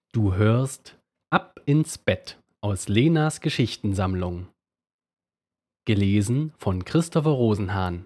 Du hörst Ab ins Bett aus Lenas Geschichtensammlung, gelesen von Christopher Rosenhahn.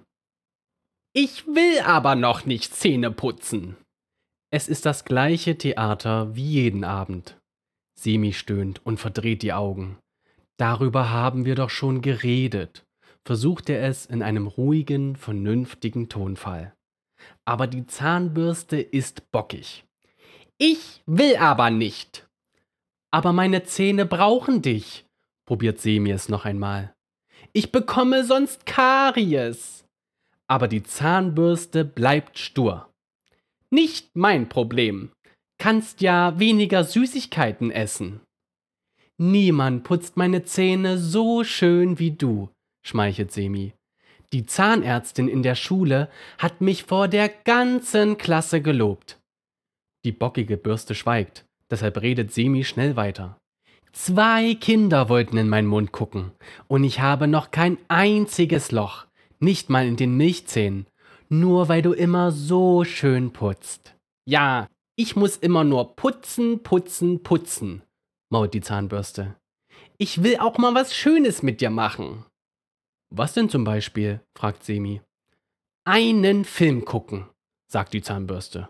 Ich will aber noch nicht Zähne putzen. Es ist das gleiche Theater wie jeden Abend. Semi stöhnt und verdreht die Augen. Darüber haben wir doch schon geredet, versucht er es in einem ruhigen, vernünftigen Tonfall. Aber die Zahnbürste ist bockig. Ich will aber nicht. Aber meine Zähne brauchen dich, probiert Semi es noch einmal. Ich bekomme sonst Karies. Aber die Zahnbürste bleibt stur. Nicht mein Problem. Kannst ja weniger Süßigkeiten essen. Niemand putzt meine Zähne so schön wie du, schmeichelt Semi. Die Zahnärztin in der Schule hat mich vor der ganzen Klasse gelobt. Die bockige Bürste schweigt, deshalb redet Semi schnell weiter. 2 Kinder wollten in meinen Mund gucken und ich habe noch kein einziges Loch, nicht mal in den Milchzähnen, nur weil du immer so schön putzt. Ja, ich muss immer nur putzen, putzen, putzen, mault die Zahnbürste. Ich will auch mal was Schönes mit dir machen. Was denn zum Beispiel? Fragt Semi. Einen Film gucken, sagt die Zahnbürste.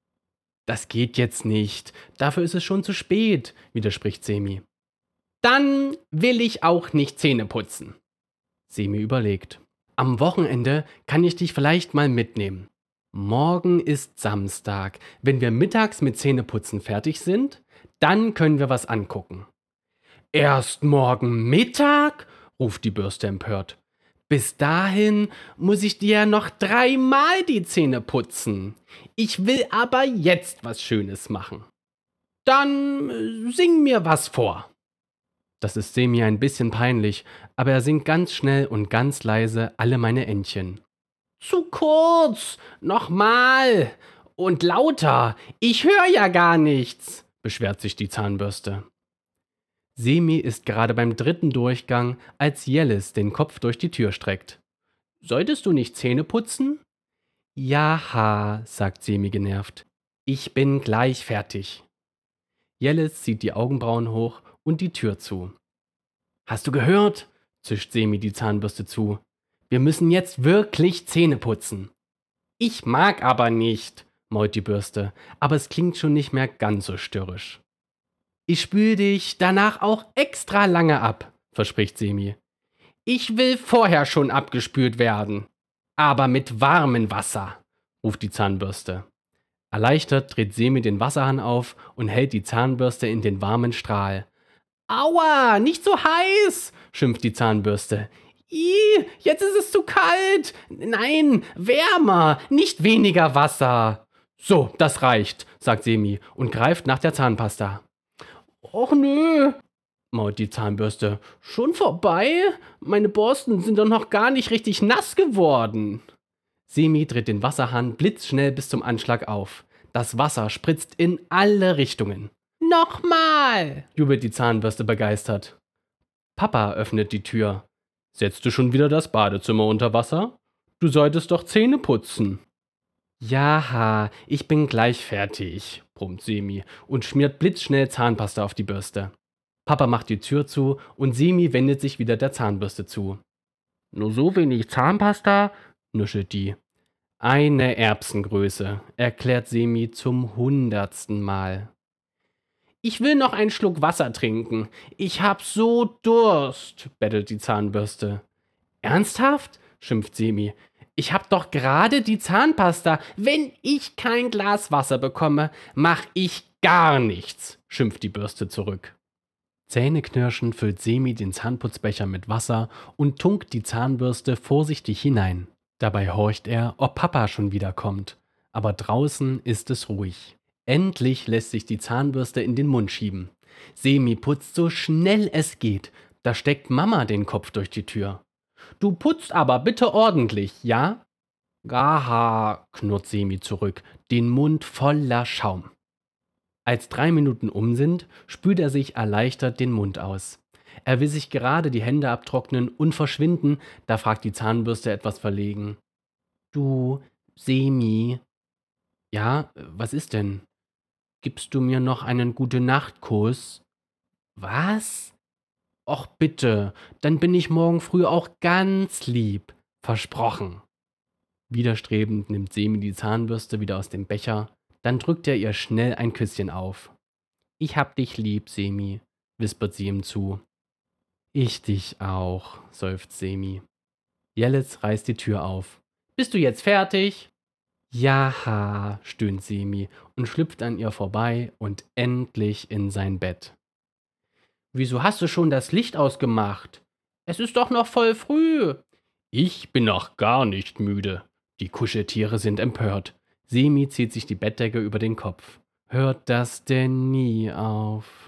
Das geht jetzt nicht, dafür ist es schon zu spät, widerspricht Semi. Dann will ich auch nicht Zähne putzen. Semi überlegt. Am Wochenende kann ich dich vielleicht mal mitnehmen. Morgen ist Samstag. Wenn wir mittags mit Zähneputzen fertig sind, dann können wir was angucken. Erst morgen Mittag? Ruft die Bürste empört. Bis dahin muss ich dir ja noch 3-mal die Zähne putzen. Ich will aber jetzt was Schönes machen. Dann sing mir was vor. Das ist Semi ein bisschen peinlich, aber er singt ganz schnell und ganz leise alle meine Entchen. Zu kurz! Nochmal! Und lauter! Ich höre ja gar nichts! Beschwert sich die Zahnbürste. Semi ist gerade beim 3. Durchgang, als Jellis den Kopf durch die Tür streckt. Solltest du nicht Zähne putzen? Jaha, sagt Semi genervt. Ich bin gleich fertig. Jellis zieht die Augenbrauen hoch und die Tür zu. Hast du gehört? Zischt Semi die Zahnbürste zu. Wir müssen jetzt wirklich Zähne putzen. Ich mag aber nicht, mault die Bürste, aber es klingt schon nicht mehr ganz so störrisch. Ich spül dich danach auch extra lange ab, verspricht Semi. Ich will vorher schon abgespült werden. Aber mit warmem Wasser, ruft die Zahnbürste. Erleichtert dreht Semi den Wasserhahn auf und hält die Zahnbürste in den warmen Strahl. Aua, nicht so heiß, schimpft die Zahnbürste. Ih, jetzt ist es zu kalt. Nein, wärmer, nicht weniger Wasser. So, das reicht, sagt Semi und greift nach der Zahnpasta. Och nö, mault die Zahnbürste. Schon vorbei? Meine Borsten sind doch noch gar nicht richtig nass geworden. Semi dreht den Wasserhahn blitzschnell bis zum Anschlag auf. Das Wasser spritzt in alle Richtungen. Nochmal, jubelt die Zahnbürste begeistert. Papa öffnet die Tür. Setzt du schon wieder das Badezimmer unter Wasser? Du solltest doch Zähne putzen. Jaha, ich bin gleich fertig, brummt Semi und schmiert blitzschnell Zahnpasta auf die Bürste. Papa macht die Tür zu und Semi wendet sich wieder der Zahnbürste zu. Nur so wenig Zahnpasta? Nuschelt die. Eine Erbsengröße, erklärt Semi zum 100. Mal. Ich will noch einen Schluck Wasser trinken. Ich hab so Durst, bettelt die Zahnbürste. Ernsthaft? Schimpft Semi. Ich hab doch gerade die Zahnpasta. Wenn ich kein Glas Wasser bekomme, mach ich gar nichts, schimpft die Bürste zurück. Zähneknirschend füllt Semi den Zahnputzbecher mit Wasser und tunkt die Zahnbürste vorsichtig hinein. Dabei horcht er, ob Papa schon wiederkommt. Aber draußen ist es ruhig. Endlich lässt sich die Zahnbürste in den Mund schieben. Semi putzt so schnell es geht. Da steckt Mama den Kopf durch die Tür. Du putzt aber bitte ordentlich, ja? Gaha, knurrt Semi zurück, den Mund voller Schaum. Als 3 Minuten um sind, spült er sich erleichtert den Mund aus. Er will sich gerade die Hände abtrocknen und verschwinden, da fragt die Zahnbürste etwas verlegen. Du, Semi. Ja, was ist denn? Gibst du mir noch einen Gute-Nacht-Kuss? Was? Och bitte, dann bin ich morgen früh auch ganz lieb. Versprochen. Widerstrebend nimmt Semi die Zahnbürste wieder aus dem Becher, dann drückt er ihr schnell ein Küsschen auf. Ich hab dich lieb, Semi, wispert sie ihm zu. Ich dich auch, seufzt Semi. Jelitz reißt die Tür auf. Bist du jetzt fertig? Jaha, stöhnt Semi und schlüpft an ihr vorbei und endlich in sein Bett. Wieso hast du schon das Licht ausgemacht? Es ist doch noch voll früh. Ich bin noch gar nicht müde. Die Kuscheltiere sind empört. Semi zieht sich die Bettdecke über den Kopf. Hört das denn nie auf?